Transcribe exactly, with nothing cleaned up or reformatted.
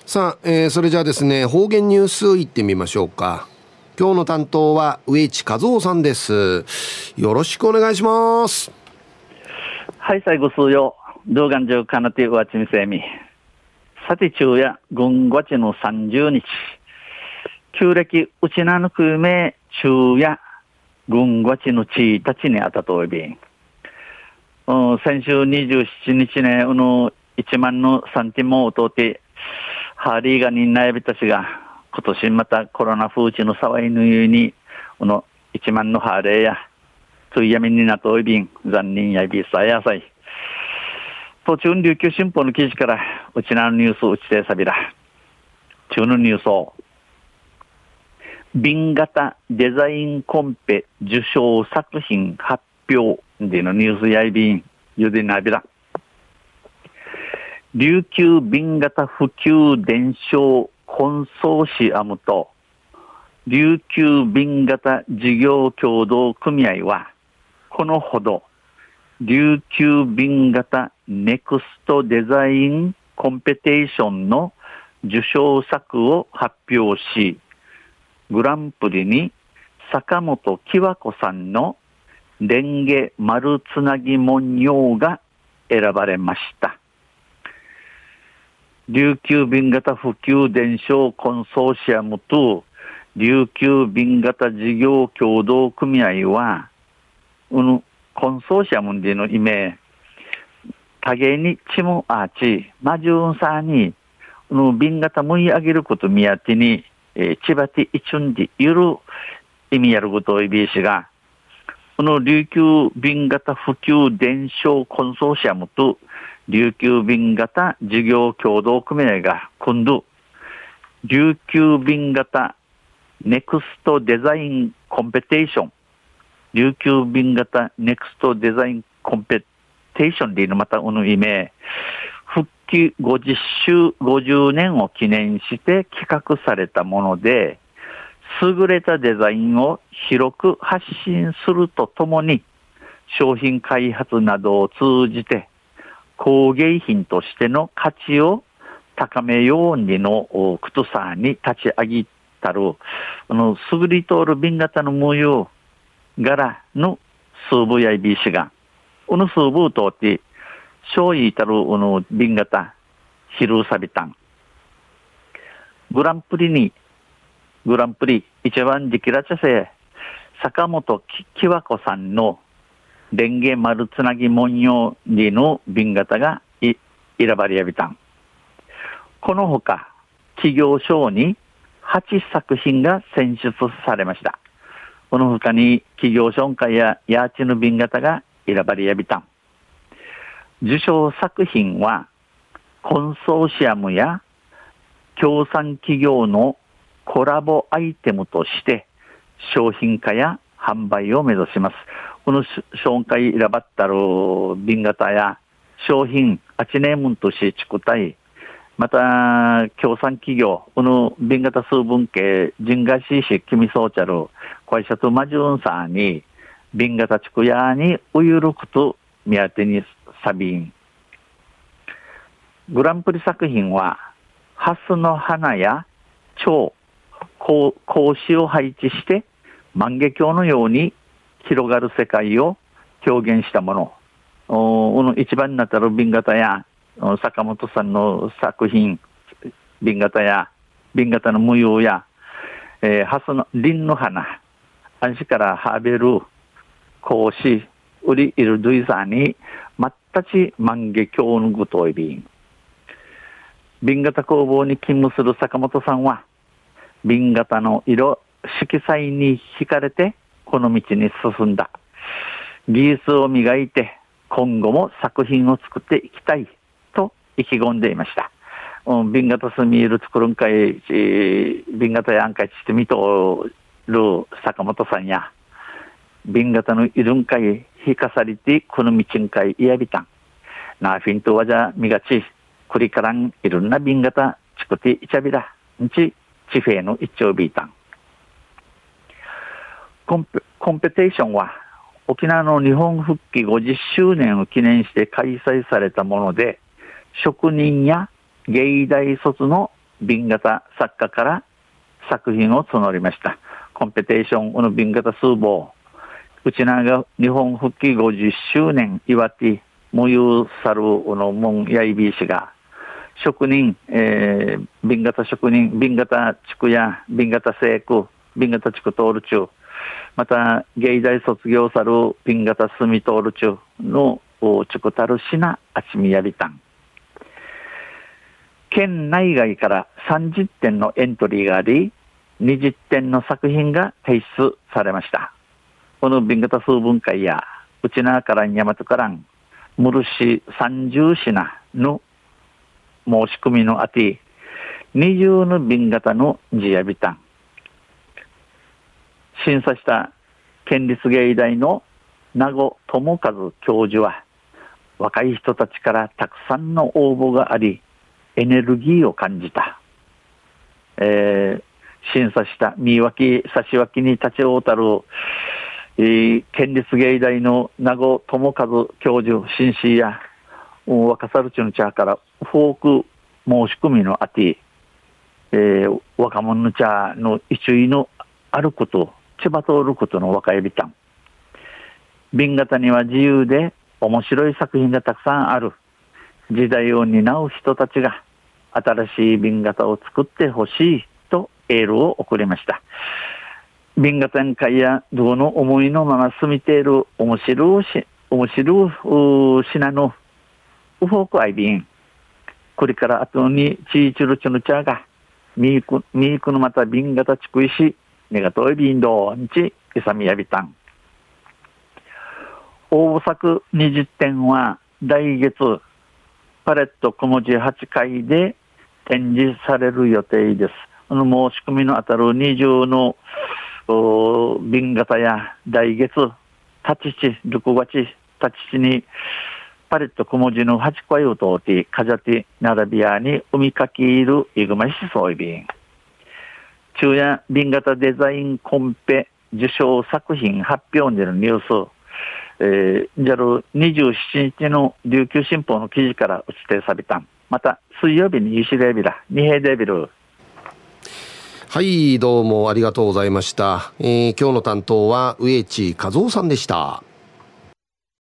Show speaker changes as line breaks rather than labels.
さあ、えー、それじゃあですね、方言ニュースいってみましょうか。今日の担当は植地和夫さんです。よろしくお願いします。
はい、最後数曜動画上かなてうわちみせみさて昼夜軍ごちのさんじゅうにち旧暦うちなぬくめ昼夜軍ごちのちたちにあたといびん先週にじゅうしちにちねうのいちまんのサンティモを通ってハーリーがにんなやびたちが今年またコロナ風地の騒いぬゆにこのいちまんのハーレーやついやみになといびん残念やびさやさい途中琉球新報の記事からうちなのニュースうちてさびら中のニュースを瓶型デザインコンペ受賞作品発表でのニュースやいびんゆでなびら琉球瓶型普及伝承コンソーシアムと琉球瓶型事業協同組合はこのほど琉球瓶型ネクストデザインコンペテーションの受賞作を発表し、グランプリに坂本きわ子さんのレンゲ丸つなぎ文様が選ばれました。琉球瓶型普及伝承コンソーシアムと琉球瓶型事業協同組合は、うぬコンソーシアムでの意味、多芸にチムアーチ、マジュンサーに、うぬ瓶型むい上げることみやてに、えー、千葉ティイチュンディゆる意味やることをいびいしが、この琉球瓶型普及伝承コンソーシアムと琉球瓶型事業協同組合が組んど、琉球瓶型ネクストデザインコンペテーション、琉球瓶型ネクストデザインコンペテーションでのまたうぬ意味、復帰ごじゅっしゅう、ごじゅうねんを記念して企画されたもので、優れたデザインを広く発信するとともに、商品開発などを通じて工芸品としての価値を高めようにのくとさに立ち上げたる、あの優りとおる瓶型の模様柄のスーブやいびしが、このスーブを通って、小いたるこの瓶型、ヒルサビタン。グランプリに、グランプリ一番時期らちゃせ、坂本きわ子さんのレンゲ丸つなぎ文様での瓶型がい選ばれやびたん。このほか、企業賞にはちさく品が選出されました。この他に企業紹介やヤーチの瓶型が選ばれやびたん。受賞作品はコンソーシアムや協賛企業のコラボアイテムとして商品化や販売を目指します。この紹介選ばったる瓶型や商品あちネームとしちくたい、また協賛企業この瓶型数分系人がしし君そうちゃる会社とマジュンさんに瓶型地区屋にうゆるくと見当てにサビン。グランプリ作品はハスの花や蝶、格子を配置して万華鏡のように広がる世界を表現したもの。この一番になったる瓶型や坂本さんの作品、瓶型や瓶型の模様や、えー、ハスの林の花、安心からハーベル、格子、売りいるドゥイザーに、まったち万華鏡のぐといびん。瓶型工房に勤務する坂本さんは、瓶型の色、色彩に惹かれて、この道に進んだ。技術を磨いて、今後も作品を作っていきたい、と意気込んでいました。瓶型スミール作るんかい、瓶型やんかいしてみとる坂本さんや、瓶型のいるんかい、引かされて、この道んかい、いやびたん。なあ、フィントわじゃみがち、くりからん、いろんな瓶型、ちくていちゃびら、んち、ちフェの一丁ビータン。コンペ、コンペテーションは、沖縄の日本復帰ごじゅっしゅうねんを記念して開催されたもので、職人や芸大卒の瓶型作家から作品を募りました。コンペテーションの瓶型数棒、うちなが日本復帰ごじゅっしゅうねん祝って無有さるのもんやいびいしが職人、えー、瓶型職人、瓶型地区や瓶型製区、瓶型地区通る中、また芸大卒業さる瓶型住み通る中の地区たるしなあちみやびたん。県内外からさんじゅってんのエントリーがあり、にじゅってんの作品が提出されました。この瓶型数分会やうちなからんやまとからんむるしさんじゅうしなの申し込みのあてにじゅうの瓶型のじやびたん。審査した県立芸大の名護智和教授は、若い人たちからたくさんの応募がありエネルギーを感じた。えー、審査した見脇差し脇に立ち会うたる、えー、県立芸大の名護智和教授紳士や若さるちの茶からフォーク申し込みのあて、えー、若者の茶の一位のあること千葉通ることの若いびたん。瓶型には自由で面白い作品がたくさんある。時代を担う人たちが新しい瓶型を作ってほしいとエールを送りました。瓶型宴会やどの思いのまま住みている面白いし面白い品のウフォークアイビン。これから後にチーチュルチュの茶がミークミークのまた瓶型地区石ネガトイビンドンチイサミヤビタン。応募作にじゅってんは来月パレット小文字はちかいで展示される予定です。この申し込みのあたるにじゅうの瓶型や来月立ち地ろくがつ立ち地にパレット小文字のはちかいを通ってかじゃて並びやに海かきいるいぐましそういびん。中夜瓶型デザインコンペ受賞作品発表によるニュース、えー、ジャルにじゅうしちにちの琉球新報の記事から打ち手さびたん。また水曜日にユシレビラ二平デビル。
はい、どうもありがとうございました。えー、今日の担当は植地和夫さんでした。